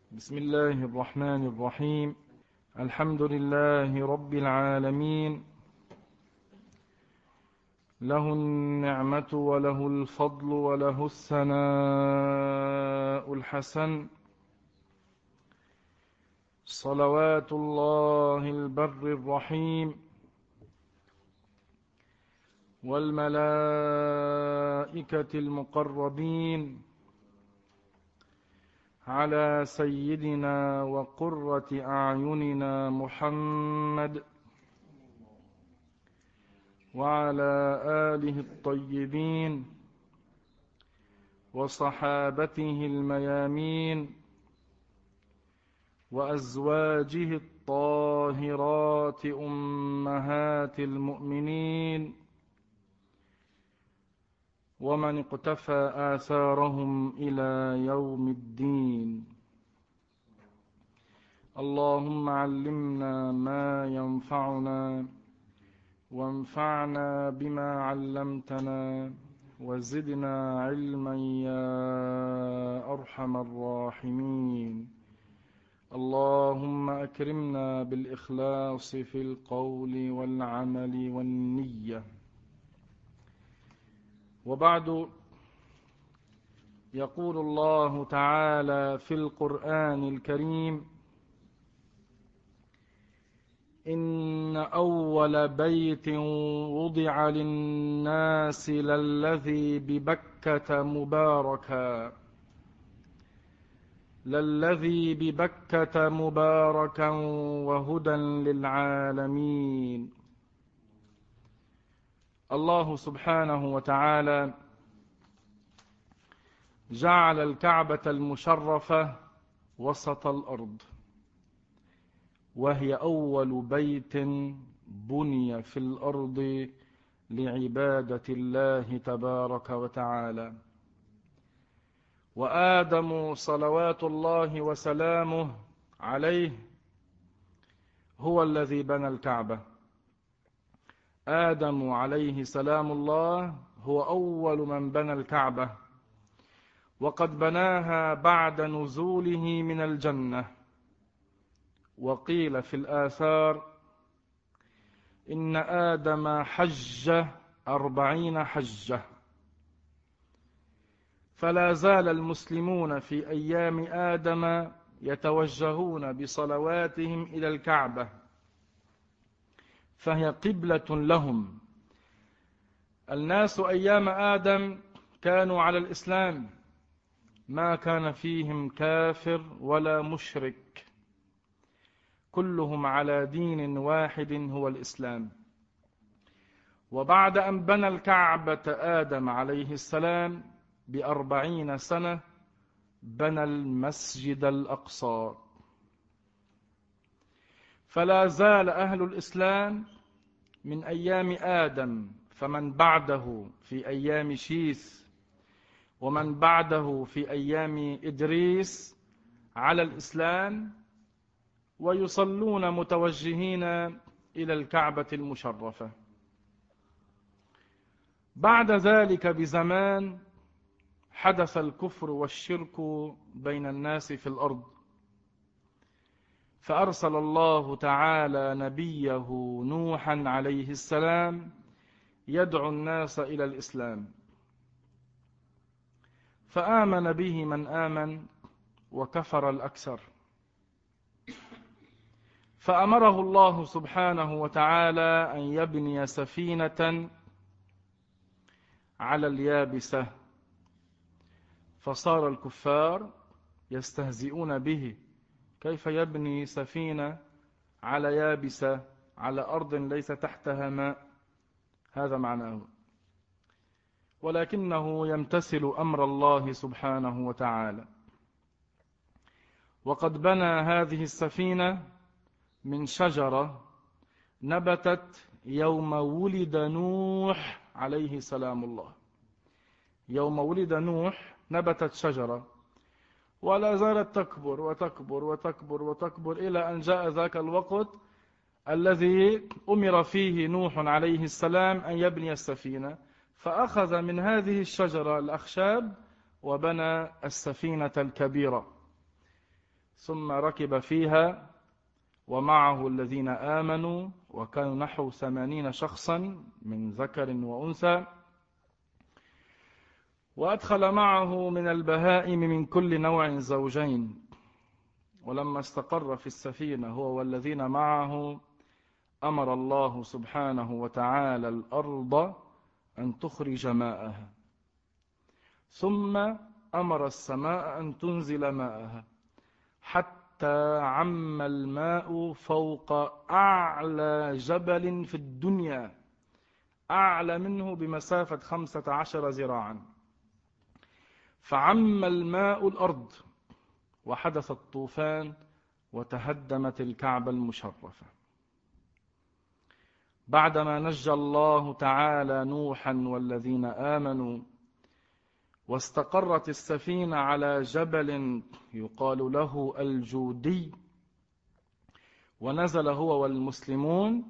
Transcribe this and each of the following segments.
بسم الله الرحمن الرحيم. الحمد لله رب العالمين، له النعمة وله الفضل وله الثناء الحسن، صلوات الله البر الرحيم والملائكة المقربين على سيدنا وقرة أعيننا محمد وعلى آله الطيبين وصحابته الميامين وأزواجه الطاهرات أمهات المؤمنين ومن اقتفى آثارهم إلى يوم الدين. اللهم علمنا ما ينفعنا وانفعنا بما علمتنا وزدنا علما يا أرحم الراحمين. اللهم أكرمنا بالإخلاص في القول والعمل والنية. وبعد، يقول الله تعالى في القرآن الكريم: إن أول بيت وضع للناس للذي ببكة مباركا وهدى للعالمين. الله سبحانه وتعالى جعل الكعبة المشرفة وسط الأرض، وهي أول بيت بني في الأرض لعبادة الله تبارك وتعالى. وآدم صلوات الله وسلامه عليه هو الذي بنى الكعبة. آدم عليه سلام الله هو أول من بنى الكعبة، وقد بناها بعد نزوله من الجنة. وقيل في الآثار إن آدم حج 40 حجة. فلا زال المسلمون في أيام آدم يتوجهون بصلواتهم إلى الكعبة، فهي قبلة لهم. الناس أيام آدم كانوا على الإسلام، ما كان فيهم كافر ولا مشرك، كلهم على دين واحد هو الإسلام. وبعد أن بنى الكعبة آدم عليه السلام ب40 سنة بنى المسجد الأقصى. فلا زال أهل الإسلام من أيام آدم فمن بعده في أيام شيث ومن بعده في أيام إدريس على الإسلام، ويصلون متوجهين إلى الكعبة المشرفة. بعد ذلك بزمان حدث الكفر والشرك بين الناس في الأرض، فأرسل الله تعالى نبيه نوحا عليه السلام يدعو الناس إلى الإسلام، فآمن به من آمن وكفر الأكثر. فأمره الله سبحانه وتعالى أن يبني سفينة على اليابسة، فصار الكفار يستهزئون به: كيف يبني سفينة على يابسة، على أرض ليس تحتها ماء؟ هذا معناه. ولكنه يمتثل أمر الله سبحانه وتعالى. وقد بنى هذه السفينة من شجرة نبتت يوم ولد نوح عليه سلام الله. يوم ولد نوح نبتت شجرة، ولا زالت تكبر وتكبر وتكبر وتكبر إلى أن جاء ذاك الوقت الذي أمر فيه نوح عليه السلام أن يبني السفينة، فأخذ من هذه الشجرة الأخشاب وبنى السفينة الكبيرة. ثم ركب فيها ومعه الذين آمنوا، وكانوا نحو 80 شخصا من ذكر وأنثى، وأدخل معه من البهائم من كل نوع زوجين. ولما استقر في السفينة هو والذين معه، أمر الله سبحانه وتعالى الأرض أن تخرج ماءها، ثم أمر السماء أن تنزل ماءها، حتى عم الماء فوق أعلى جبل في الدنيا، أعلى منه بمسافة 15 ذراعا، فعم الماء الأرض، وحدث الطوفان، وتهدمت الكعبة المشرفة. بعدما نجى الله تعالى نوحا والذين آمنوا، واستقرت السفينة على جبل يقال له الجودي، ونزل هو والمسلمون،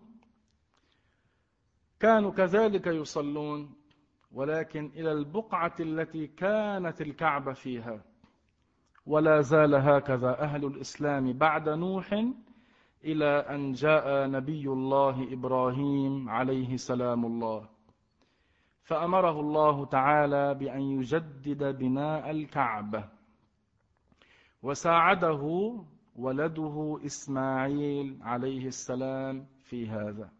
كانوا كذلك يصلون، ولكن إلى البقعة التي كانت الكعبة فيها. ولا زال هكذا أهل الإسلام بعد نوح إلى أن جاء نبي الله إبراهيم عليه سلام الله، فأمره الله تعالى بأن يجدد بناء الكعبة، وساعده ولده إسماعيل عليه السلام في هذا.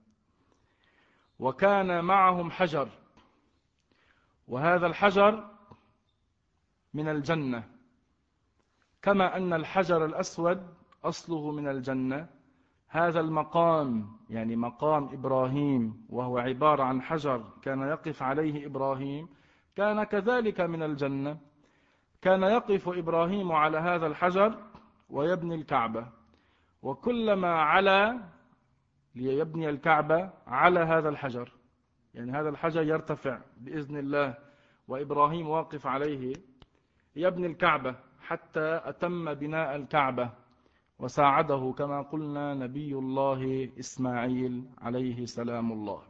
وكان معهم حجر، وهذا الحجر من الجنة، كما أن الحجر الأسود أصله من الجنة. هذا المقام يعني مقام إبراهيم، وهو عبارة عن حجر كان يقف عليه إبراهيم، كان كذلك من الجنة. كان يقف إبراهيم على هذا الحجر ويبني الكعبة، وكلما علا ليبني الكعبة على هذا الحجر، يعني هذا الحجر يرتفع بإذن الله، وإبراهيم واقف عليه يبني الكعبة حتى أتم بناء الكعبة، وساعده كما قلنا نبي الله إسماعيل عليه سلام الله.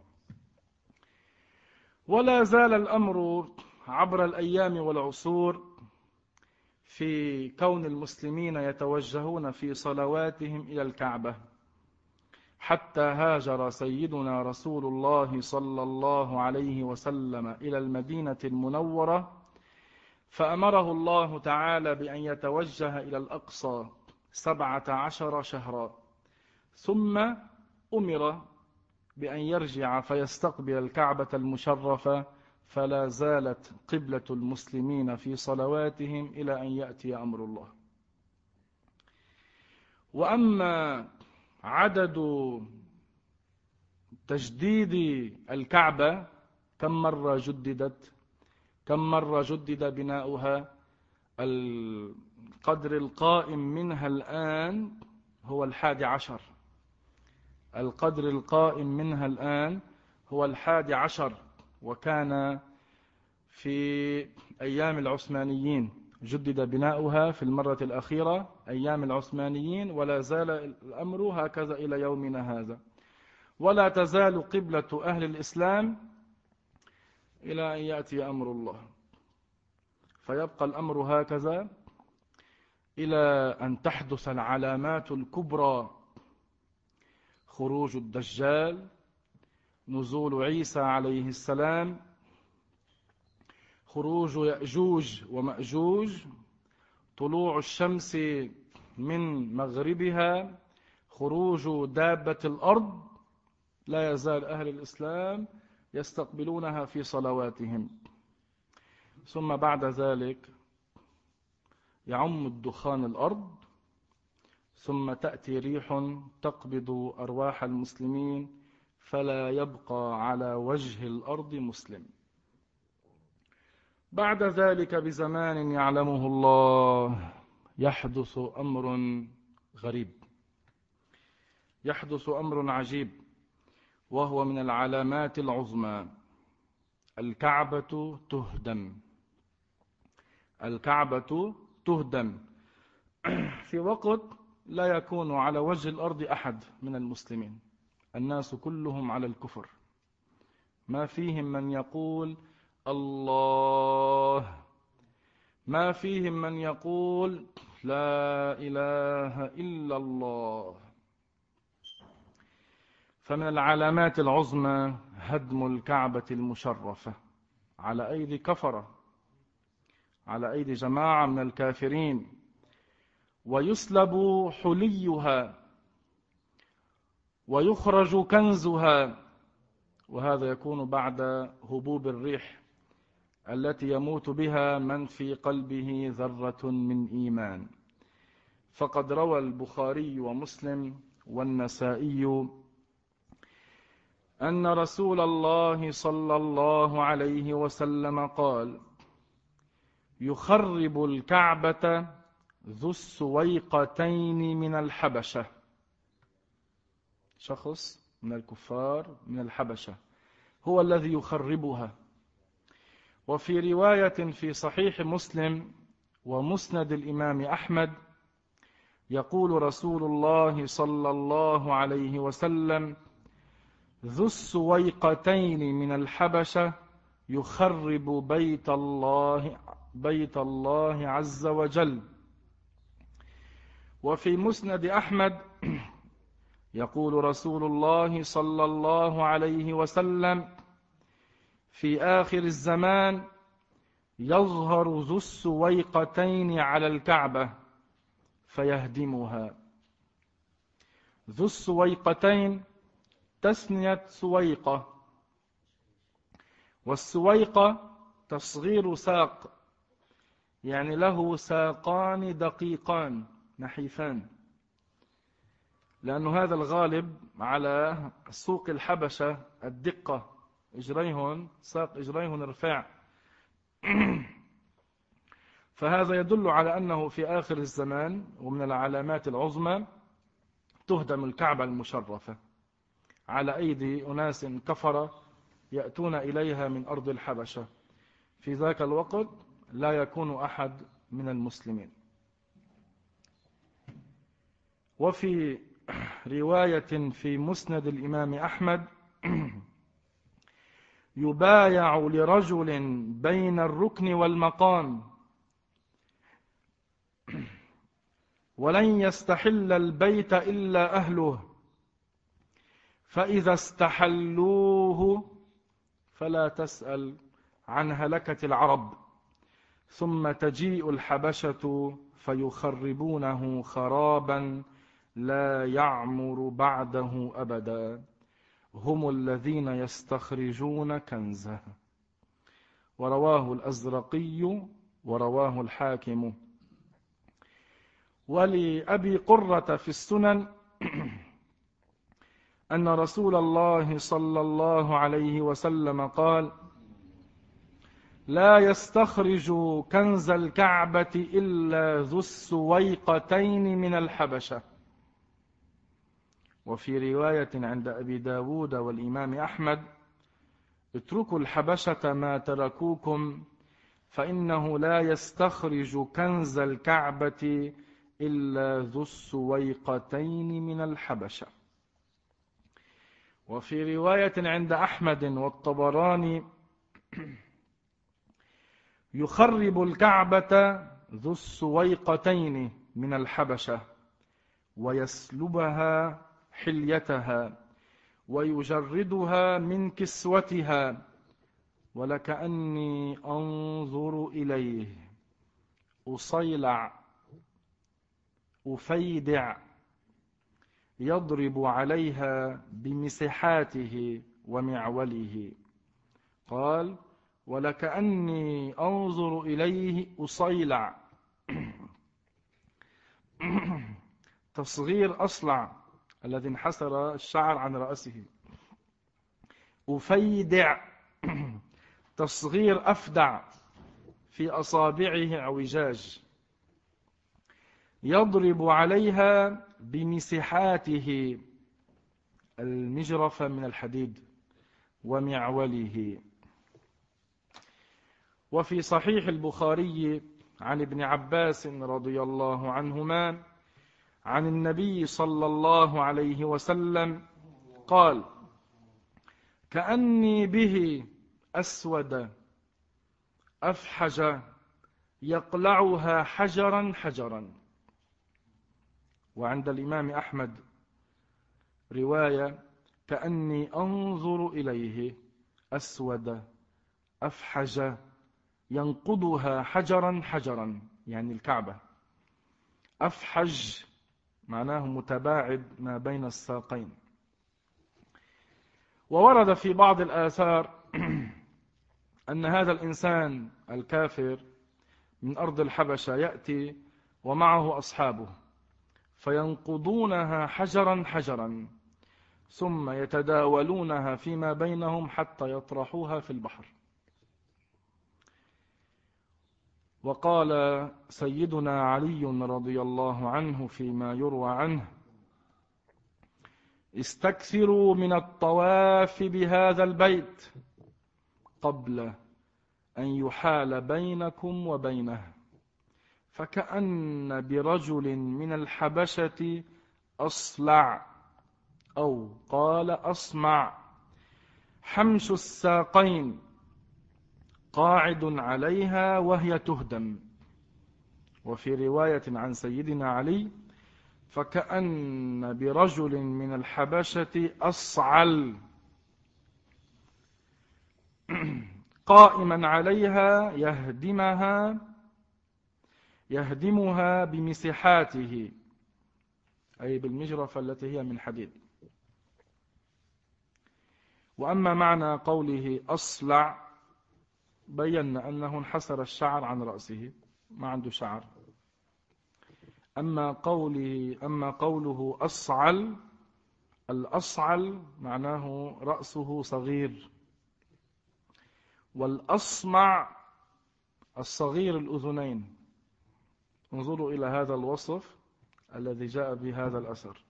ولا زال الأمر عبر الأيام والعصور في كون المسلمين يتوجهون في صلواتهم إلى الكعبة، حتى هاجر سيدنا رسول الله صلى الله عليه وسلم إلى المدينة المنورة، فأمره الله تعالى بأن يتوجه إلى الأقصى 17 شهرا، ثم أمر بأن يرجع فيستقبل الكعبة المشرفة، فلا زالت قبلة المسلمين في صلواتهم إلى أن يأتي أمر الله. وأما عدد تجديد الكعبة، كم مرة جددت؟ كم مرة جدد بناؤها؟ القدر القائم منها الآن هو 11. القدر القائم منها الآن هو 11، وكان في أيام العثمانيين جدد بناؤها في المرة الأخيرة أيام العثمانيين، ولا زال الأمر هكذا إلى يومنا هذا. ولا تزال قبلة أهل الإسلام إلى أن يأتي أمر الله، فيبقى الأمر هكذا إلى أن تحدث العلامات الكبرى: خروج الدجال، نزول عيسى عليه السلام، خروج يأجوج ومأجوج، طلوع الشمس من مغربها، خروج دابة الأرض. لا يزال أهل الإسلام يستقبلونها في صلواتهم. ثم بعد ذلك يعم الدخان الأرض، ثم تأتي ريح تقبض أرواح المسلمين، فلا يبقى على وجه الأرض مسلم. بعد ذلك بزمان يعلمه الله يحدث أمر غريب، يحدث أمر عجيب، وهو من العلامات العظمى: الكعبة تهدم. الكعبة تهدم في وقت لا يكون على وجه الأرض أحد من المسلمين، الناس كلهم على الكفر، ما فيهم من يقول الله، ما فيهم من يقول لا إله إلا الله. فمن العلامات العظمى هدم الكعبة المشرفة على أيدي كفرة، على أيدي جماعة من الكافرين، ويسلب حليها ويخرج كنزها، وهذا يكون بعد هبوب الريح التي يموت بها من في قلبه ذرة من إيمان. فقد روى البخاري ومسلم والنسائي أن رسول الله صلى الله عليه وسلم قال: يخرب الكعبة ذو السويقتين من الحبشة، شخص من الكفار من الحبشة هو الذي يخربها. وفي رواية في صحيح مسلم ومسند الإمام أحمد يقول رسول الله صلى الله عليه وسلم: ذو السويقتين من الحبشة يخرب بيت الله عز وجل. وفي مسند أحمد يقول رسول الله صلى الله عليه وسلم: في آخر الزمان يظهر ذو السويقتين على الكعبة فيهدمها. ذو السويقتين تسنية سويقة، والسويقة تصغير ساق، يعني له ساقان دقيقان نحيفان، لأن هذا الغالب على سوق الحبشة الدقة، إجريهن ساق إجريهن رفاع. فهذا يدل على أنه في آخر الزمان ومن العلامات العظمى تهدم الكعبة المشرفة على أيدي أناس كفرة يأتون إليها من أرض الحبشة. في ذاك الوقت لا يكون أحد من المسلمين. وفي رواية في مسند الإمام أحمد: يبايع لرجل بين الركن والمقام ولن يستحل البيت إلا أهله، فإذا استحلوه فلا تسأل عن هلكة العرب، ثم تجيء الحبشة فيخربونه خرابا لا يعمر بعده أبدا، هم الذين يستخرجون كنزه. ورواه الأزرقي ورواه الحاكم. ولأبي قرة في السنن أن رسول الله صلى الله عليه وسلم قال: لا يستخرج كنز الكعبة إلا ذو السويقتين من الحبشة. وفي رواية عند أبي داود والإمام أحمد: اتركوا الحبشة ما تركوكم فإنه لا يستخرج كنز الكعبة إلا ذو السويقتين من الحبشة. وفي رواية عند أحمد والطبراني: يخرب الكعبة ذو السويقتين من الحبشة ويسلبها حليتها ويجردها من كسوتها، ولكأني أنظر إليه أصيلع أفيدع يضرب عليها بمسحاته ومعوله. قال: ولكأني أنظر إليه أصيلع، تصغير أصلع الذي انحسر الشعر عن رأسه، أفيدع تصغير أفدع في أصابعه اعوجاج، يضرب عليها بمسحاته المجرفة من الحديد ومعوله. وفي صحيح البخاري عن ابن عباس رضي الله عنهما عن النبي صلى الله عليه وسلم قال: كأني به أسود أفحج يقلعها حجرا حجرا. وعند الإمام أحمد رواية كأني أنظر إليه أسود أفحج ينقضها حجرا حجرا، يعني الكعبة. أفحج معناه متباعد ما بين الساقين. وورد في بعض الآثار أن هذا الإنسان الكافر من أرض الحبشة يأتي ومعه أصحابه فينقضونها حجرا حجرا ثم يتداولونها فيما بينهم حتى يطرحوها في البحر. وقال سيدنا علي رضي الله عنه فيما يروى عنه: استكثروا من الطواف بهذا البيت قبل أن يحال بينكم وبينه، فكأن برجل من الحبشة أصلع، أو قال أصمع، حمش الساقين، قاعد عليها وهي تهدم. وفي رواية عن سيدنا علي: فكأن برجل من الحبشة أصعل، قائما عليها يهدمها بمسحاته، أي بالمجرفة التي هي من حديد. وأما معنى قوله أصلع بينا أنه انحسر الشعر عن رأسه، ما عنده شعر. أما قوله أصعل، الأصعل معناه رأسه صغير، والأصمع الصغير الأذنين. انظروا إلى هذا الوصف الذي جاء بهذا الأثر.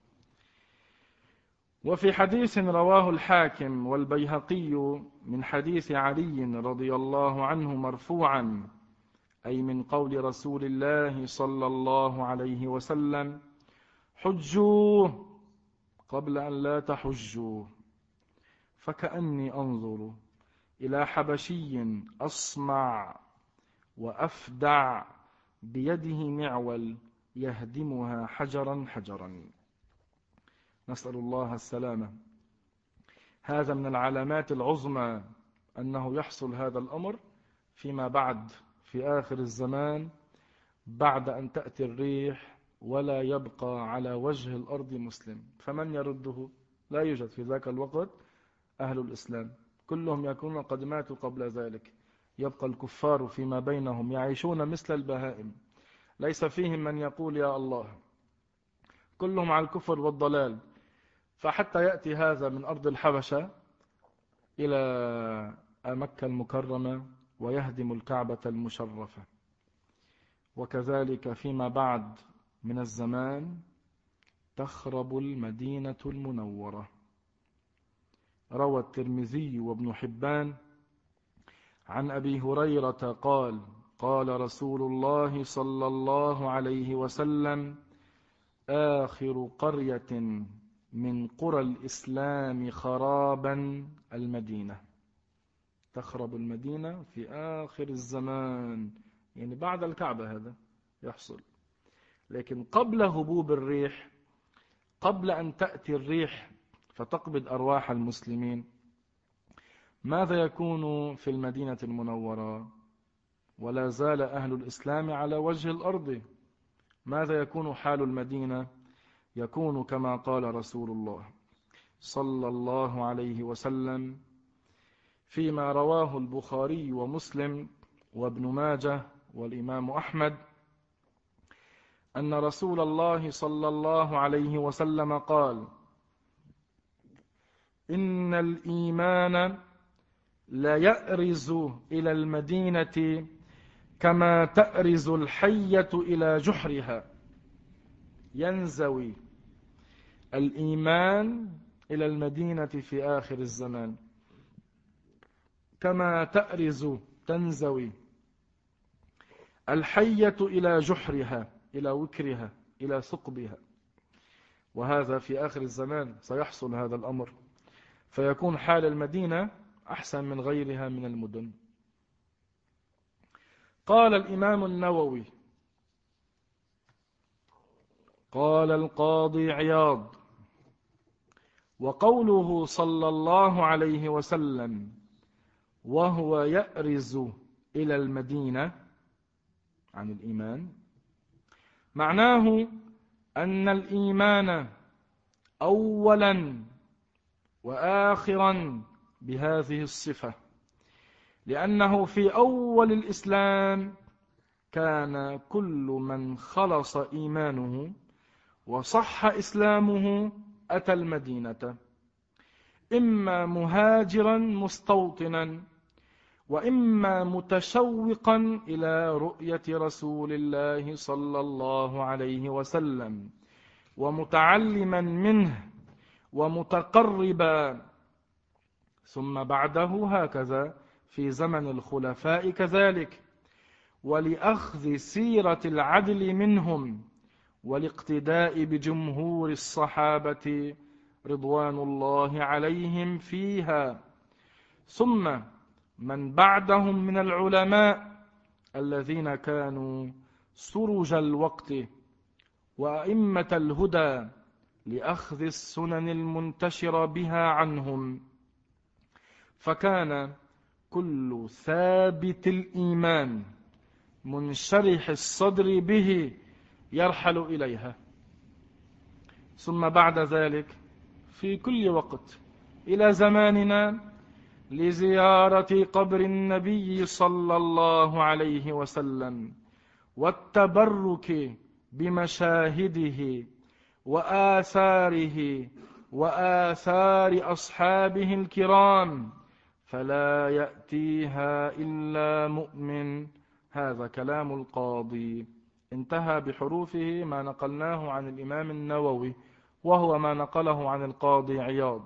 وفي حديث رواه الحاكم والبيهقي من حديث علي رضي الله عنه مرفوعا، أي من قول رسول الله صلى الله عليه وسلم: حجوا قبل أن لا تحجوا. فكأني أنظر إلى حبشي أصمع وأفدع بيده معول يهدمها حجرا حجرا. نسأل الله السلامة. هذا من العلامات العظمى أنه يحصل هذا الأمر فيما بعد في آخر الزمان، بعد أن تأتي الريح ولا يبقى على وجه الأرض مسلم، فمن يرده؟ لا يوجد في ذاك الوقت أهل الإسلام، كلهم يكونون قد ماتوا قبل ذلك. يبقى الكفار فيما بينهم يعيشون مثل البهائم، ليس فيهم من يقول يا الله، كلهم على الكفر والضلال. فحتى يأتي هذا من أرض الحبشة إلى مكة المكرمة ويهدم الكعبة المشرفة. وكذلك فيما بعد من الزمان تخرب المدينة المنورة. روى الترمذي وابن حبان عن أبي هريرة قال: قال رسول الله صلى الله عليه وسلم: آخر قرية من قرى الإسلام خرابا المدينة. تخرب المدينة في آخر الزمان، يعني بعد الكعبة هذا يحصل. لكن قبل هبوب الريح، قبل أن تأتي الريح فتقبض أرواح المسلمين، ماذا يكون في المدينة المنورة؟ ولا زال أهل الإسلام على وجه الأرض. ماذا يكون حال المدينة؟ يكون كما قال رسول الله صلى الله عليه وسلم فيما رواه البخاري ومسلم وابن ماجه والإمام أحمد، أن رسول الله صلى الله عليه وسلم قال: إن الإيمان لا يأرز إلى المدينة كما تأرز الحية إلى جحرها. ينزوي الإيمان إلى المدينة في آخر الزمان كما تأرز، تنزوي الحية إلى جحرها، إلى وكرها، إلى ثقبها. وهذا في آخر الزمان سيحصل هذا الأمر، فيكون حال المدينة أحسن من غيرها من المدن. قال الإمام النووي: قال القاضي عياض: وقوله صلى الله عليه وسلم وهو يأرز إلى المدينة عن الإيمان، معناه أن الإيمان أولا وآخرا بهذه الصفة، لأنه في أول الإسلام كان كل من خلص إيمانه وصح إسلامه أتى المدينة، إما مهاجرا مستوطنا، وإما متشوقا إلى رؤية رسول الله صلى الله عليه وسلم ومتعلما منه ومتقربا. ثم بعده هكذا في زمن الخلفاء كذلك، ولأخذ سيرة العدل منهم والاقتداء بجمهور الصحابة رضوان الله عليهم فيها. ثم من بعدهم من العلماء الذين كانوا سرج الوقت وأئمة الهدى لأخذ السنن المنتشرة بها عنهم، فكان كل ثابت الإيمان منشرح الصدر به يرحل إليها. ثم بعد ذلك في كل وقت إلى زماننا لزيارة قبر النبي صلى الله عليه وسلم والتبرك بمشاهده وآثاره وآثار أصحابه الكرام، فلا يأتيها إلا مؤمن. هذا كلام القاضي، انتهى بحروفه ما نقلناه عن الإمام النووي، وهو ما نقله عن القاضي عياض.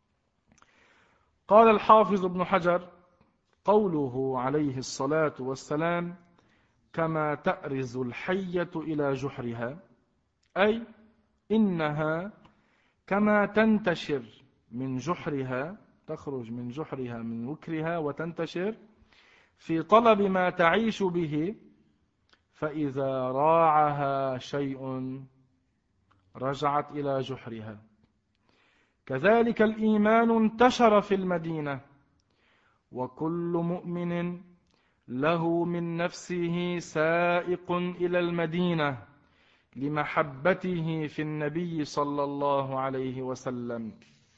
قال الحافظ ابن حجر: قوله عليه الصلاة والسلام كما تأرز الحية إلى جحرها، أي إنها كما تنتشر من جحرها، تخرج من جحرها من وكرها وتنتشر في طلب ما تعيش به، فإذا راعها شيء رجعت إلى جحرها. كذلك الإيمان انتشر في المدينة، وكل مؤمن له من نفسه سائق إلى المدينة لمحبته في النبي صلى الله عليه وسلم،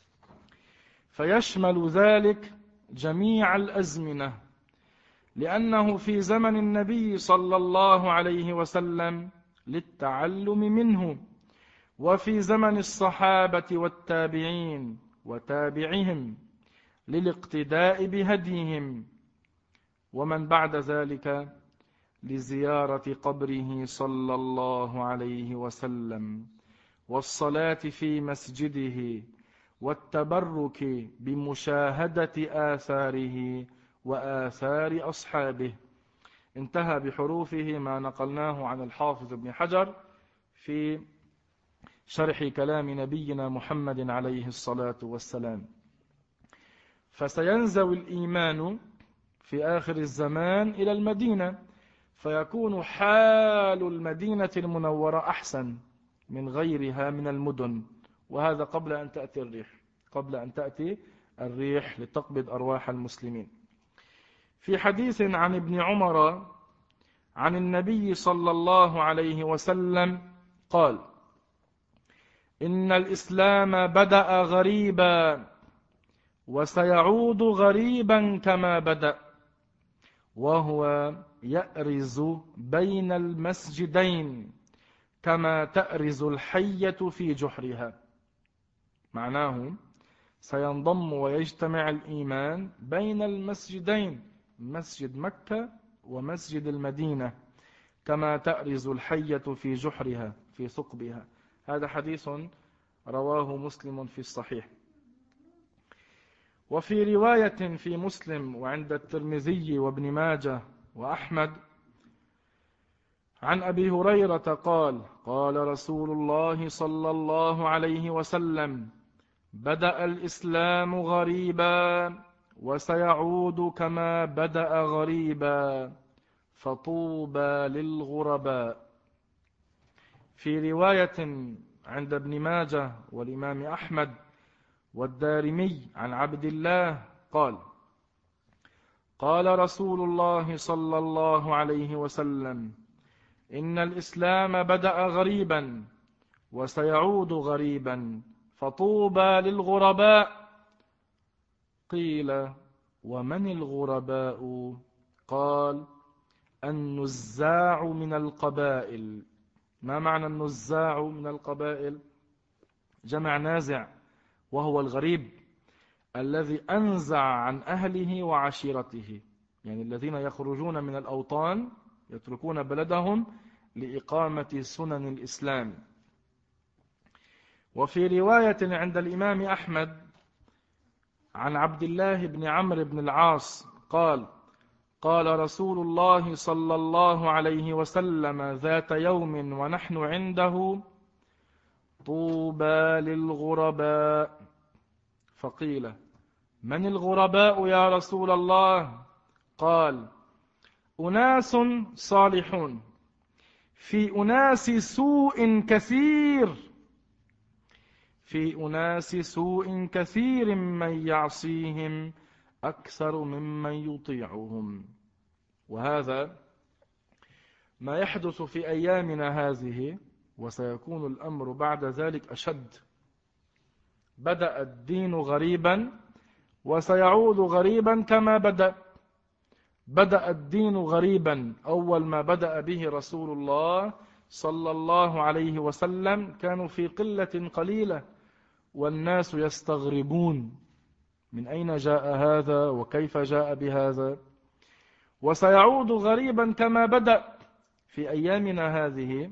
فيشمل ذلك جميع الأزمنة، لأنه في زمن النبي صلى الله عليه وسلم للتعلم منه، وفي زمن الصحابة والتابعين وتابعهم للاقتداء بهديهم، ومن بعد ذلك لزيارة قبره صلى الله عليه وسلم والصلاة في مسجده والتبرك بمشاهدة آثاره وآثار أصحابه. انتهى بحروفه ما نقلناه عن الحافظ ابن حجر في شرح كلام نبينا محمد عليه الصلاة والسلام. فسينزوي الإيمان في آخر الزمان إلى المدينة، فيكون حال المدينة المنورة أحسن من غيرها من المدن، وهذا قبل أن تأتي الريح، قبل أن تأتي الريح لتقبض أرواح المسلمين. في حديث عن ابن عمر عن النبي صلى الله عليه وسلم قال: إن الإسلام بدأ غريبا وسيعود غريبا كما بدأ، وهو يأرز بين المسجدين كما تأرز الحية في جحرها. معناه سينضم ويجتمع الإيمان بين المسجدين، مسجد مكة ومسجد المدينة، كما تأرز الحية في جحرها في ثقبها. هذا حديث رواه مسلم في الصحيح. وفي رواية في مسلم وعند الترمذي وابن ماجه وأحمد عن أبي هريرة قال: قال رسول الله صلى الله عليه وسلم: بدأ الإسلام غريبا وسيعود كما بدأ غريبا، فطوبى للغرباء. في رواية عند ابن ماجه والإمام أحمد والدارمي عن عبد الله قال: قال رسول الله صلى الله عليه وسلم: إن الإسلام بدأ غريبا وسيعود غريبا فطوبى للغرباء. قيل: ومن الغرباء؟ قال: النزاع من القبائل. ما معنى النزاع من القبائل؟ جمع نازع، وهو الغريب الذي أنزع عن أهله وعشيرته، يعني الذين يخرجون من الأوطان يتركون بلدهم لإقامة سنن الإسلام. وفي رواية عند الإمام أحمد عن عبد الله بن عمرو بن العاص قال: قال رسول الله صلى الله عليه وسلم ذات يوم ونحن عنده: طوبى للغرباء. فقيل: من الغرباء يا رسول الله؟ قال: أناس صالحون في أناس سوء كثير، في أناس سوء كثير من يعصيهم أكثر ممن يطيعهم. وهذا ما يحدث في أيامنا هذه، وسيكون الأمر بعد ذلك أشد. بدأ الدين غريبا وسيعود غريبا كما بدأ. بدأ الدين غريبا، أول ما بدأ به رسول الله صلى الله عليه وسلم كانوا في قلة قليلة، والناس يستغربون من أين جاء هذا وكيف جاء بهذا. وسيعود غريبا كما بدأ في أيامنا هذه.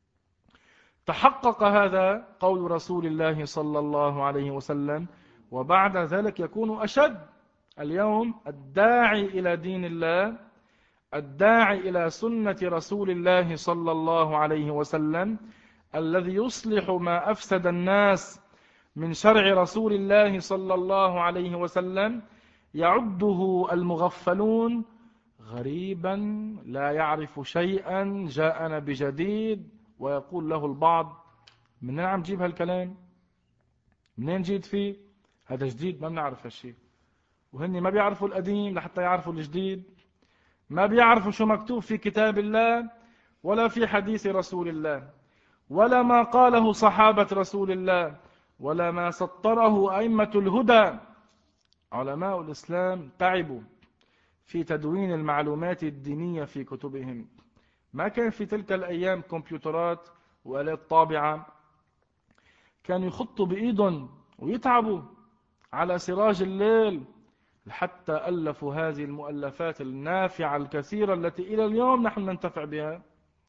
تحقق هذا قول رسول الله صلى الله عليه وسلم، وبعد ذلك يكون أشد. اليوم الداعي إلى دين الله، الداعي إلى سنة رسول الله صلى الله عليه وسلم، الذي يصلح ما أفسد الناس من شرع رسول الله صلى الله عليه وسلم، يعده المغفلون غريبا لا يعرف شيئا، جاءنا بجديد. ويقول له البعض: منين عم جيب هالكلام؟ منين جيت فيه؟ هذا جديد ما بنعرف هالشيء. وهن ما بيعرفوا القديم لحتى يعرفوا الجديد، ما بيعرفوا شو مكتوب في كتاب الله ولا في حديث رسول الله، ولا ما قاله صحابة رسول الله، ولا ما سطره أئمة الهدى. علماء الإسلام تعبوا في تدوين المعلومات الدينية في كتبهم. ما كان في تلك الأيام كمبيوترات وآلات طابعة، كانوا يخطوا بإيدهم ويتعبوا على سراج الليل حتى ألفوا هذه المؤلفات النافعة الكثيرة التي إلى اليوم نحن ننتفع بها.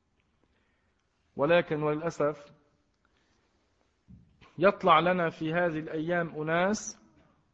ولكن وللأسف يطلع لنا في هذه الأيام أناس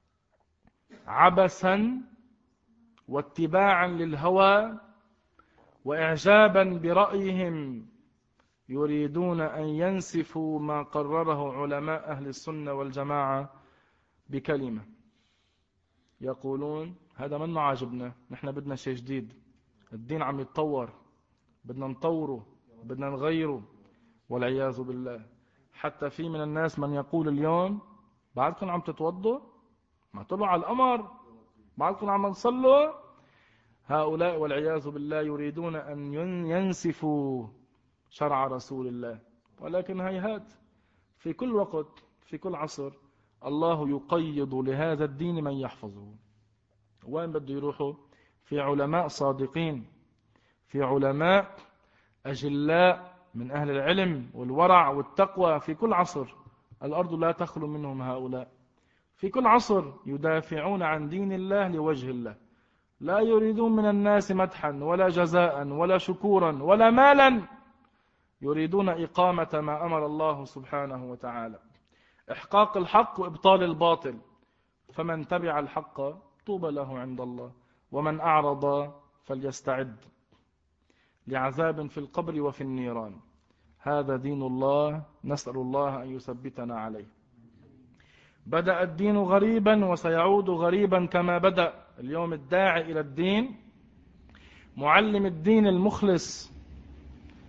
عبثا واتباعا للهوى وإعجابا برأيهم يريدون أن ينسفوا ما قرره علماء أهل السنة والجماعة بكلمة. يقولون: هذا منه عاجبنا، نحن بدنا شيء جديد، الدين عم يتطور، بدنا نطوره، بدنا نغيره. والعياذ بالله. حتى في من الناس من يقول اليوم: بعدكم عم تتوضوا؟ ما طلعوا على القمر؟ بعدكم عم نصلوا؟ هؤلاء والعياذ بالله يريدون أن ينسفوا شرع رسول الله. ولكن هيهات، في كل وقت في كل عصر الله يقيض لهذا الدين من يحفظه. وين بده يروحوا؟ في علماء صادقين، في علماء أجلاء من أهل العلم والورع والتقوى في كل عصر. الأرض لا تخلو منهم هؤلاء. في كل عصر يدافعون عن دين الله لوجه الله، لا يريدون من الناس مدحا ولا جزاء ولا شكورا ولا مالا، يريدون إقامة ما أمر الله سبحانه وتعالى، إحقاق الحق وإبطال الباطل. فمن تبع الحق طوبى له عند الله، ومن أعرض فليستعد لعذاب في القبر وفي النيران. هذا دين الله، نسأل الله أن يثبتنا عليه. بدأ الدين غريبا وسيعود غريبا كما بدأ. اليوم الداعي إلى الدين، معلم الدين المخلص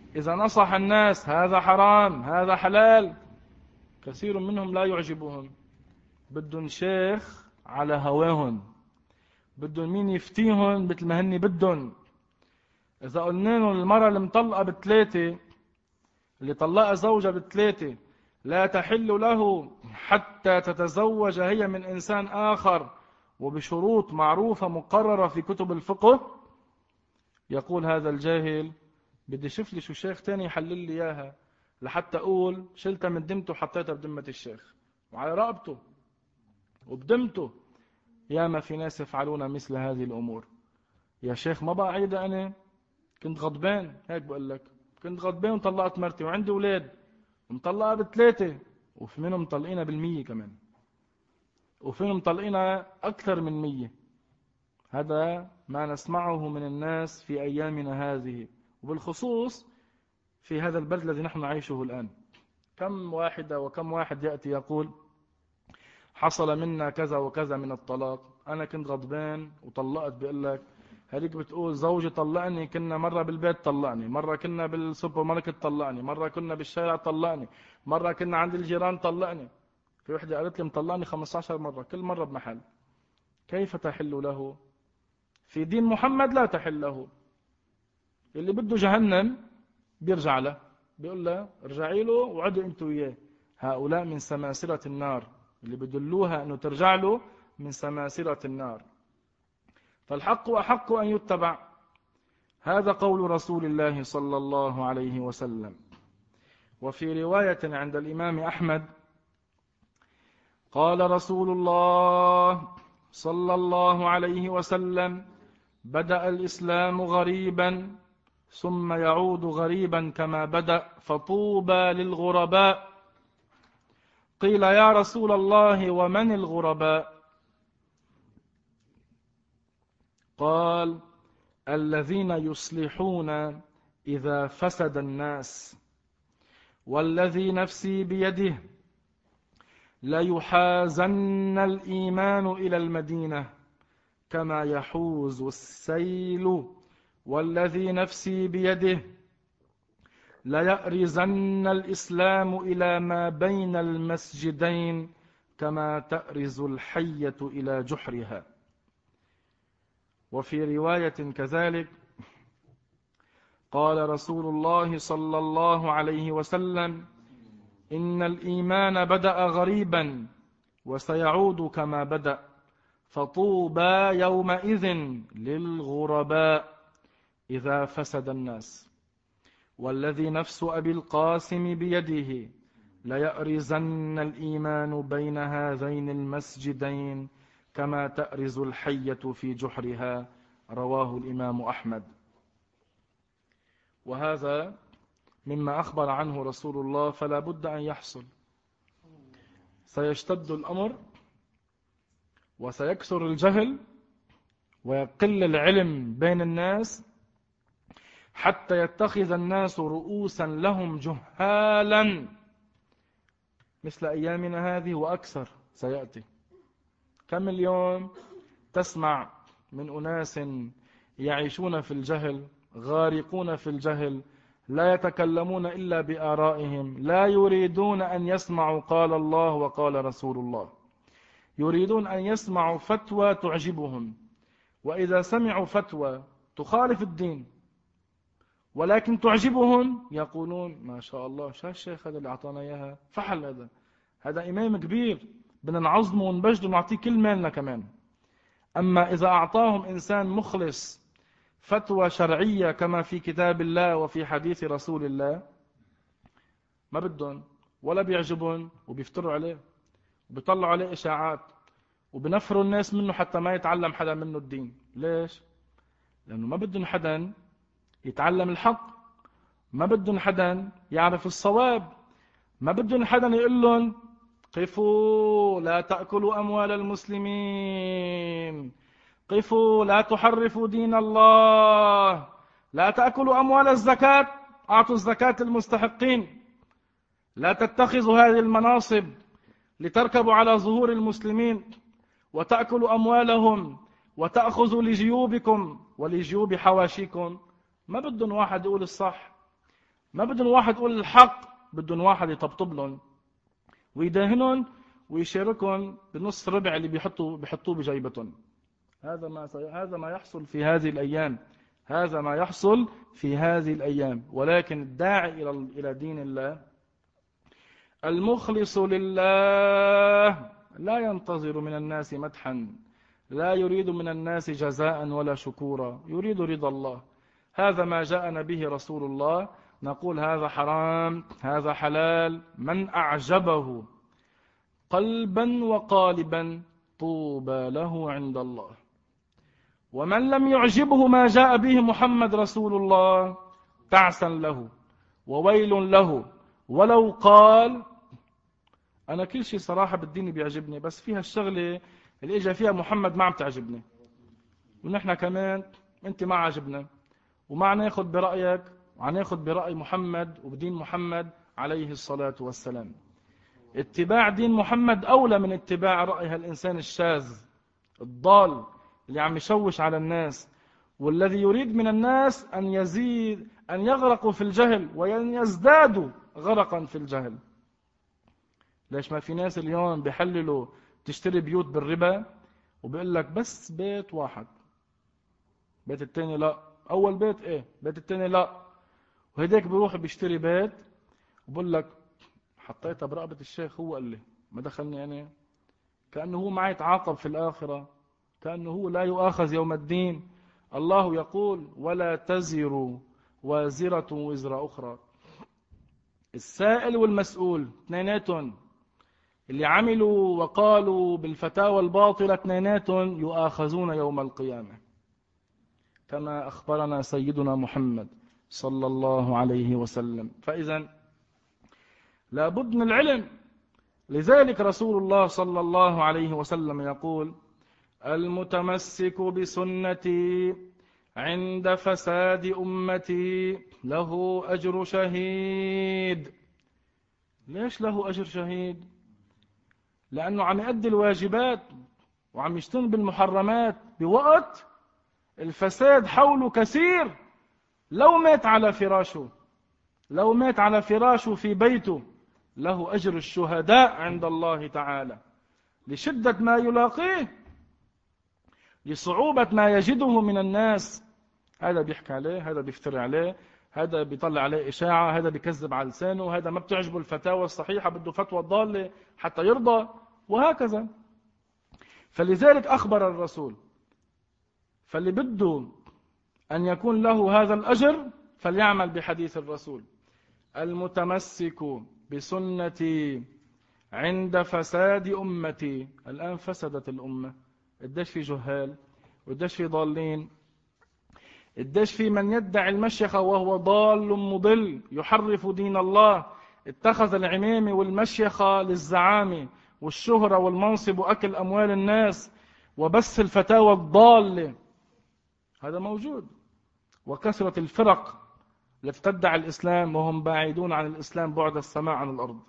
إذا نصح الناس هذا حرام هذا حلال، كثير منهم لا يعجبهم، بدهم شيخ على هواهم، بدهم مين يفتيهم مثل ما هني بدهم. إذا قلنا لهم المرأة المطلقة ب3 اللي طلقها زوجها ب3 لا تحل له حتى تتزوج هي من إنسان آخر وبشروط معروفة مقررة في كتب الفقه، يقول هذا الجاهل بدي شوف لي شو شيخ تاني يحلل لي إياها لحتى أقول شلتها من دمته وحطيتها بدمة الشيخ وعلى رقبته وبدمته. ياما في ناس يفعلون مثل هذه الأمور. يا شيخ ما بقى عيدة، أنا كنت غضبان، هيك بقول لك كنت غضبان وطلقت مرتي وعندي أولاد ومطلقها ب3 وفي منهم مطلقينها بال100 كمان، وفي منهم مطلقينها أكثر من 100. هذا ما نسمعه من الناس في أيامنا هذه، وبالخصوص في هذا البلد الذي نحن نعيشه الآن. كم واحدة وكم واحد يأتي يقول حصل منا كذا وكذا من الطلاق، أنا كنت غضبان وطلقت. بيقول لك هذيك بتقول زوجي طلقني، كنا مرة بالبيت طلقني، مرة كنا بالسوبر ماركت طلقني، مرة كنا بالشارع طلقني، مرة كنا عند الجيران طلقني. في وحدة قالت لي مطلقني 15 مرة، كل مرة بمحل. كيف تحل له؟ في دين محمد لا تحل له. اللي بده جهنم بيرجع له، بيقول له ارجعي له وعدوا انتوا وياه. هؤلاء من سماسرة النار، اللي بدلوها انه ترجع له من سماسرة النار. فالحق أحق أن يتبع. هذا قول رسول الله صلى الله عليه وسلم. وفي رواية عند الإمام أحمد قال رسول الله صلى الله عليه وسلم: بدأ الإسلام غريبا ثم يعود غريبا كما بدأ، فطوبى للغرباء. قيل يا رسول الله ومن الغرباء؟ قال: الذين يصلحون إذا فسد الناس. والذي نفسي بيده ليحازن الإيمان إلى المدينة كما يحوز السيل، والذي نفسي بيده ليأرزن الإسلام إلى ما بين المسجدين كما تأرز الحية إلى جحرها. وفي رواية كذلك قال رسول الله صلى الله عليه وسلم: إن الإيمان بدأ غريبا وسيعود كما بدأ، فطوبى يومئذ للغرباء إذا فسد الناس. والذي نفس أبي القاسم بيده ليأرزن الإيمان بين هذين المسجدين كما تأرز الحية في جحرها. رواه الإمام أحمد. وهذا مما أخبر عنه رسول الله، فلا بد أن يحصل. سيشتد الأمر وسيكثر الجهل ويقل العلم بين الناس حتى يتخذ الناس رؤوسا لهم جهالا مثل أيامنا هذه وأكثر سيأتي. كم اليوم تسمع من أناس يعيشون في الجهل، غارقون في الجهل، لا يتكلمون إلا بآرائهم، لا يريدون أن يسمعوا قال الله وقال رسول الله، يريدون أن يسمعوا فتوى تعجبهم، وإذا سمعوا فتوى تخالف الدين ولكن تعجبهم يقولون ما شاء الله، شو الشيخ هذا اللي أعطانا إياها فحل، هذا إمام كبير، بدنا نعظمه ونبجده ونعطيه كل مالنا كمان. أما إذا أعطاهم إنسان مخلص فتوى شرعية كما في كتاب الله وفي حديث رسول الله، ما بدهم ولا بيعجبهم وبيفتروا عليه وبيطلعوا عليه إشاعات وبنفروا الناس منه حتى ما يتعلم حدا منه الدين. ليش؟ لأنه ما بدهم حدا يتعلم الحق، ما بدهم حدا يعرف الصواب، ما بدهم حدا يقول لهم قفوا لا تأكلوا أموال المسلمين، قفوا لا تحرفوا دين الله، لا تأكلوا أموال الزكاة، أعطوا الزكاة المستحقين، لا تتخذوا هذه المناصب لتركبوا على ظهور المسلمين وتأكلوا أموالهم وتأخذوا لجيوبكم ولجيوب حواشيكم. ما بدهم واحد يقول الصح، ما بدهم واحد يقول الحق، بدهم واحد يطبطب لهم ويداهنهم ويشاركهم بنص ربع اللي بيحطوه بجيبتهم. هذا ما يحصل في هذه الأيام، هذا ما يحصل في هذه الأيام. ولكن الداعي إلى دين الله المخلص لله لا ينتظر من الناس مدحا، لا يريد من الناس جزاء ولا شكورا، يريد رضا الله. هذا ما جاءنا به رسول الله، نقول هذا حرام هذا حلال، من أعجبه قلبا وقالبا طوبى له عند الله، ومن لم يعجبه ما جاء به محمد رسول الله تعسا له وويل له، ولو قال أنا كل شيء صراحة بالدين بيعجبني، بس فيها الشغلة اللي إجا فيها محمد ما عم تعجبني، ونحن كمان أنت ما عجبنا، وما ناخذ برأيك وناخذ برأي محمد وبدين محمد عليه الصلاة والسلام. اتباع دين محمد أولى من اتباع رأي هالإنسان الشاذ الضال اللي عم يشوش على الناس، والذي يريد من الناس أن يغرقوا في الجهل وأن يزدادوا غرقا في الجهل. ليش ما في ناس اليوم بيحللوا تشتري بيوت بالربا وبيقول لك بس بيت واحد، بيت التاني لا، أول بيت إيه بيت التاني لا، وهديك بيروح بيشتري بيت وبقول لك حطيتها برقبة الشيخ، هو قال لي ما دخلني أنا، كأنه هو معي يتعاقب في الآخرة، كأنه هو لا يؤاخذ يوم الدين. الله يقول ولا تزر وازرة وزر أخرى. السائل والمسؤول اثنيناتهم اللي عملوا وقالوا بالفتاوى الباطلة اثنيناتهم يؤاخذون يوم القيامة، كما أخبرنا سيدنا محمد صلى الله عليه وسلم. فإذا لابد من العلم. لذلك رسول الله صلى الله عليه وسلم يقول المتمسك بسنتي عند فساد أمتي له أجر شهيد. ليش له أجر شهيد؟ لأنه عم يؤدي الواجبات وعم يجتنب المحرمات بوقت الفساد حوله كثير. لو مات على فراشه في بيته له أجر الشهداء عند الله تعالى، لشدة ما يلاقيه، لصعوبة ما يجده من الناس. هذا بيحكي عليه، هذا بيفتري عليه، هذا بيطلع عليه إشاعة، هذا بيكذب على لسانه، هذا ما بتعجبه الفتاوى الصحيحة بده فتوى ضالة حتى يرضى، وهكذا. فلذلك أخبر الرسول، فاللي بده أن يكون له هذا الأجر فليعمل بحديث الرسول المتمسك بسنتي عند فساد أمتي. الآن فسدت الأمة، قديش في جهال وقديش في ضالين، قديش في من يدعي المشيخة وهو ضال مضل يحرف دين الله، اتخذ العمامة والمشيخة للزعامة والشهرة والمنصب وأكل أموال الناس وبس الفتاوى الضالة. هذا موجود. وكثرة الفرق التي تدعي الإسلام وهم بعيدون عن الإسلام بعد السماء عن الأرض،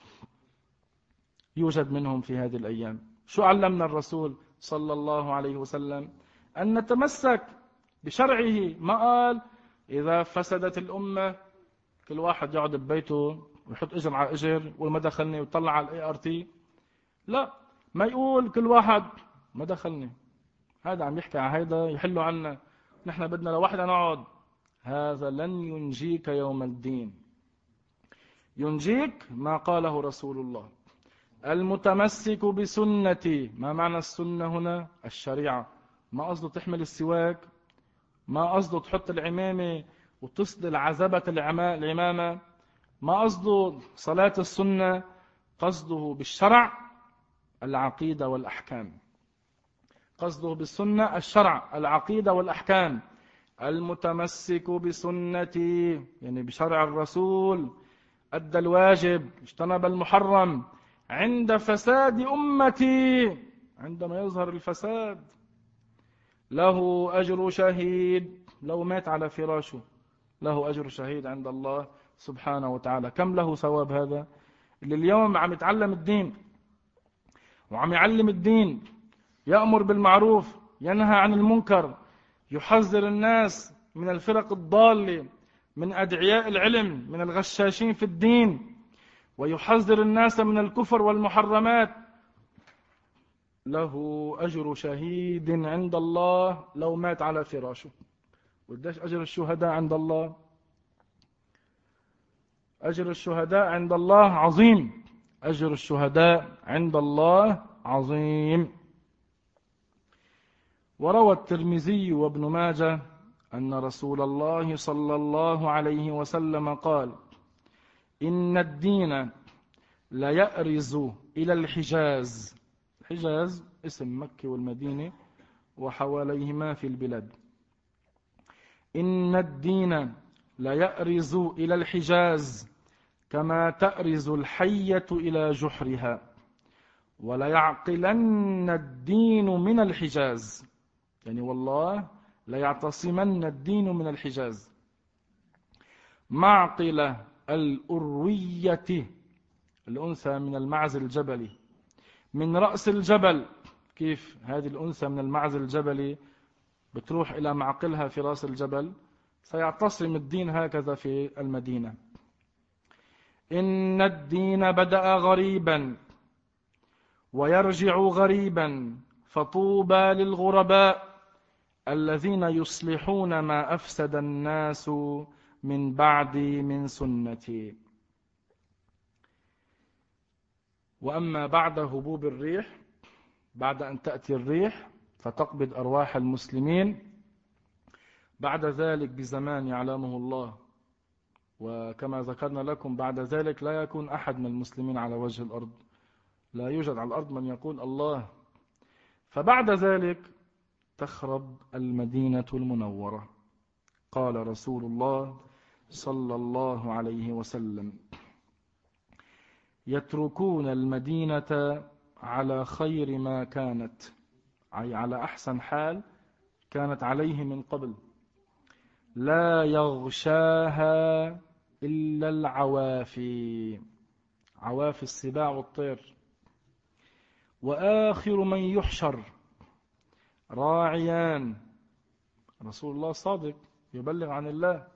يوجد منهم في هذه الأيام. شو علمنا الرسول صلى الله عليه وسلم؟ أن نتمسك بشرعه. ما قال إذا فسدت الأمة كل واحد يقعد ببيته ويحط إجر على إجر وما دخلني ويطلع على ART. لا، ما يقول كل واحد ما دخلني، هذا عم يحكي على هيدا يحلوا عنا، نحن بدنا لوحدنا نقعد. هذا لن ينجيك يوم الدين. ينجيك ما قاله رسول الله المتمسك بسنتي. ما معنى السنة هنا؟ الشريعة. ما قصده تحمل السواك، ما قصده تحط العمامة وتصل عزبة العمامة، ما قصده صلاة السنة، قصده بالشرع العقيدة والأحكام. قصده بالسنة الشرع العقيدة والأحكام. المتمسك بسنتي يعني بشرع الرسول، أدى الواجب، اجتنب المحرم، عند فساد أمتي، عندما يظهر الفساد له أجر شهيد. لو مات على فراشه له أجر شهيد عند الله سبحانه وتعالى. كم له ثواب هذا اللي اليوم عم يتعلم الدين وعم يعلم الدين، يأمر بالمعروف ينهى عن المنكر، يحذر الناس من الفرق الضالة، من أدعياء العلم، من الغشاشين في الدين، ويحذر الناس من الكفر والمحرمات، له أجر شهيد عند الله لو مات على فراشه. وقديش أجر الشهداء عند الله؟ أجر الشهداء عند الله عظيم، أجر الشهداء عند الله عظيم. وروى الترمذي وابن ماجه أن رسول الله صلى الله عليه وسلم قال: إن الدين ليأرز إلى الحجاز. الحجاز اسم مكة والمدينة وحواليهما في البلاد. إن الدين ليأرز إلى الحجاز كما تأرز الحية إلى جحرها، وليعقلن الدين من الحجاز، يعني والله ليعتصمن الدين من الحجاز. معقلة الأروية، الأنثى من المعز الجبلي، من رأس الجبل. كيف هذه الأنثى من المعز الجبلي بتروح إلى معقلها في رأس الجبل؟ سيعتصم الدين هكذا في المدينة. إن الدين بدأ غريبا ويرجع غريبا، فطوبى للغرباء الذين يصلحون ما أفسد الناس من بعدي من سنتي. وأما بعد هبوب الريح، بعد أن تأتي الريح فتقبض أرواح المسلمين، بعد ذلك بزمان يعلمه الله، وكما ذكرنا لكم بعد ذلك لا يكون أحد من المسلمين على وجه الأرض، لا يوجد على الأرض من يقول الله. فبعد ذلك تخرب المدينة المنورة. قال رسول الله صلى الله عليه وسلم: يتركون المدينة على خير ما كانت، أي على أحسن حال كانت عليه من قبل، لا يغشاها إلا العوافي، عوافي السباع والطير. وآخر من يحشر راعيان، رسول الله صادق يبلغ عن الله،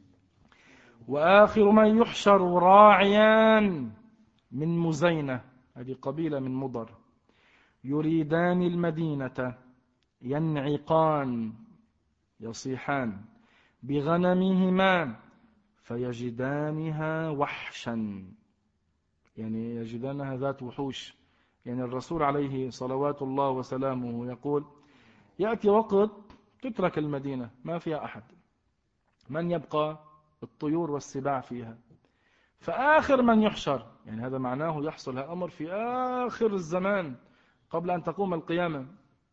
وآخر من يحشر راعيان من مزينة، هذه قبيلة من مضر، يريدان المدينة، ينعقان يصيحان بغنمهما فيجدانها وحشا، يعني يجدانها ذات وحوش. يعني الرسول عليه صلوات الله وسلامه يقول: يأتي وقت تترك المدينة ما فيها أحد، من يبقى؟ الطيور والسباع فيها. فآخر من يحشر، يعني هذا معناه يحصل هذا الأمر في آخر الزمان قبل أن تقوم القيامة.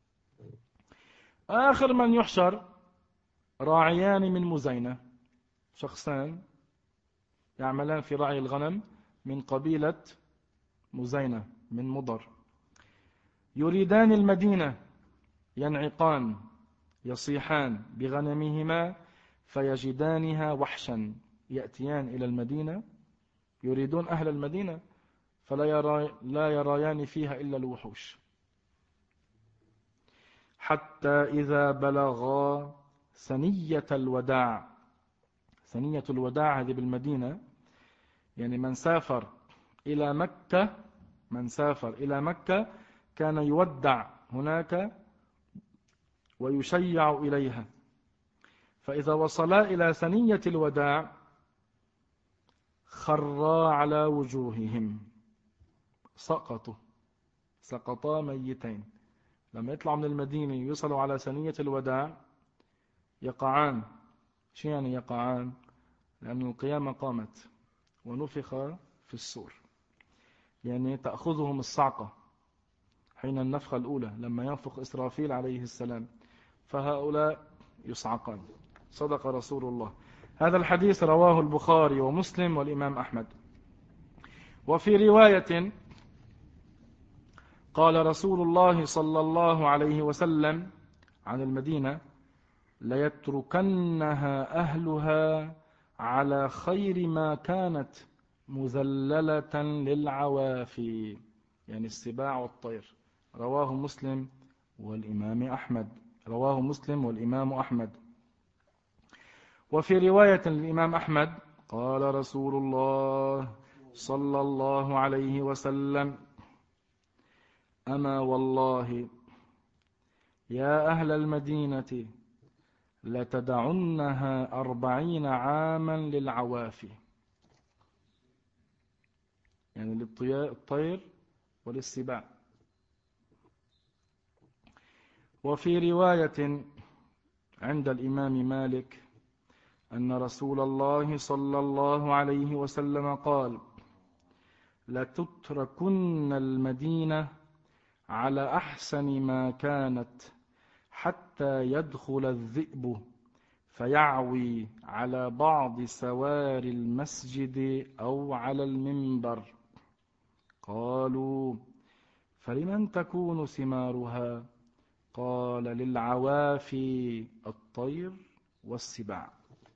آخر من يحشر راعيان من مزينة، شخصان يعملان في رعي الغنم من قبيلة مزينة من مضر، يريدان المدينة، ينعقان يصيحان بغنمهما فيجدانها وحشا، يأتيان إلى المدينة يريدون أهل المدينة لا يريان فيها إلا الوحوش، حتى إذا بلغا ثنية الوداع. ثنية الوداع هذه بالمدينة، يعني من سافر إلى مكة كان يودع هناك ويشيع إليها. فإذا وصلا إلى ثنية الوداع خرا على وجوههم، سقطا ميتين. لما يطلعوا من المدينة يوصلوا على ثنية الوداع يقعان. شو يعني يقعان؟ لأن القيامة قامت ونفخ في الصور، يعني تأخذهم الصعقة حين النفخة الأولى لما ينفخ إسرافيل عليه السلام، فهؤلاء يصعقان. صدق رسول الله. هذا الحديث رواه البخاري ومسلم والإمام أحمد. وفي رواية قال رسول الله صلى الله عليه وسلم عن المدينة: ليتركنها أهلها على خير ما كانت مذللة للعوافي، يعني السباع والطير. رواه مسلم والإمام أحمد. وفي رواية للإمام أحمد قال رسول الله صلى الله عليه وسلم: أما والله يا أهل المدينة لتدعنها 40 عاما للعوافي، يعني للطير وللسباع. وفي رواية عند الإمام مالك أن رسول الله صلى الله عليه وسلم قال: لتتركن المدينة على أحسن ما كانت حتى يدخل الذئب فيعوي على بعض سوار المسجد أو على المنبر. قالوا: فلمن تكون ثمارها؟ قال: للعوافي الطير والسباع.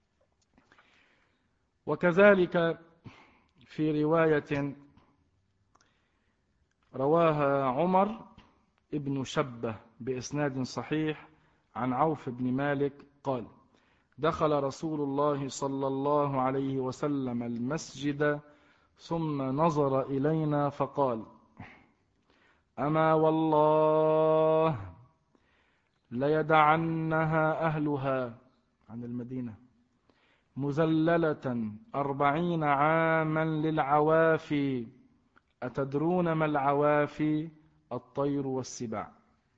وكذلك في رواية رواها عمر ابن شبة بإسناد صحيح عن عوف بن مالك قال: دخل رسول الله صلى الله عليه وسلم المسجد ثم نظر إلينا فقال: أما والله ليدعنها أهلها عن المدينة مذللة 40 عاما للعوافي. أتدرون ما العوافي؟ الطير والسباع.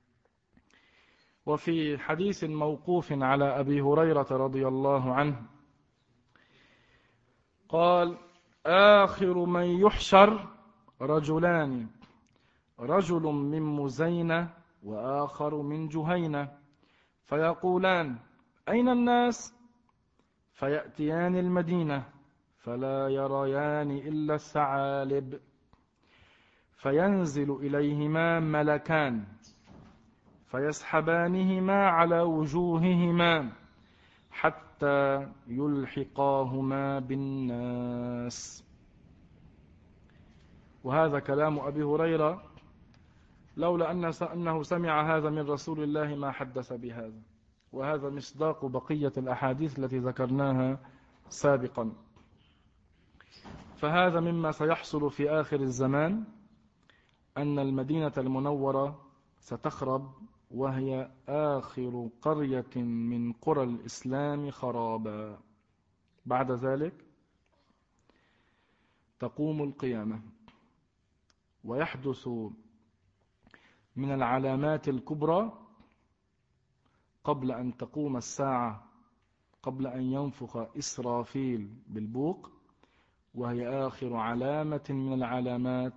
وفي حديث موقوف على أبي هريرة رضي الله عنه قال: آخر من يحشر رجلان، رجل من مزينة وآخر من جهينة، فيقولان: أين الناس؟ فيأتيان المدينة فلا يريان إلا الثعالب، فينزل إليهما ملكان فيسحبانهما على وجوههما حتى يلحقاهما بالناس. وهذا كلام أبي هريرة، لولا أنه سمع هذا من رسول الله ما حدث بهذا، وهذا مصداق بقية الأحاديث التي ذكرناها سابقا. فهذا مما سيحصل في آخر الزمان، أن المدينة المنورة ستخرب، وهي آخر قرية من قرى الإسلام خرابا. بعد ذلك تقوم القيامة، ويحدث من العلامات الكبرى قبل أن تقوم الساعة، قبل أن ينفخ إسرافيل بالبوق، وهي آخر علامة من العلامات: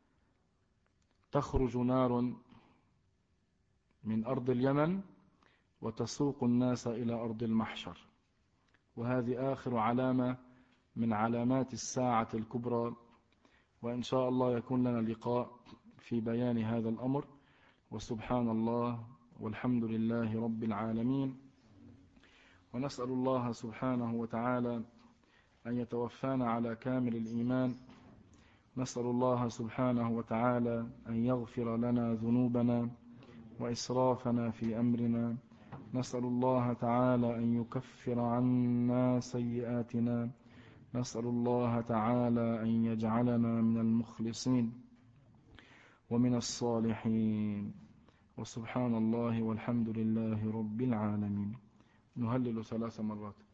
تخرج نار من أرض اليمن وتسوق الناس إلى أرض المحشر. وهذه آخر علامة من علامات الساعة الكبرى. وإن شاء الله يكون لنا لقاء في بيان هذا الأمر. وسبحان الله والحمد لله رب العالمين. ونسأل الله سبحانه وتعالى أن يتوفانا على كامل الإيمان. نسأل الله سبحانه وتعالى أن يغفر لنا ذنوبنا وإسرافنا في أمرنا. نسأل الله تعالى أن يكفر عنا سيئاتنا. نسأل الله تعالى أن يجعلنا من المخلصين ومن الصالحين. وسبحان الله والحمد لله رب العالمين. نهلل 3 مرات.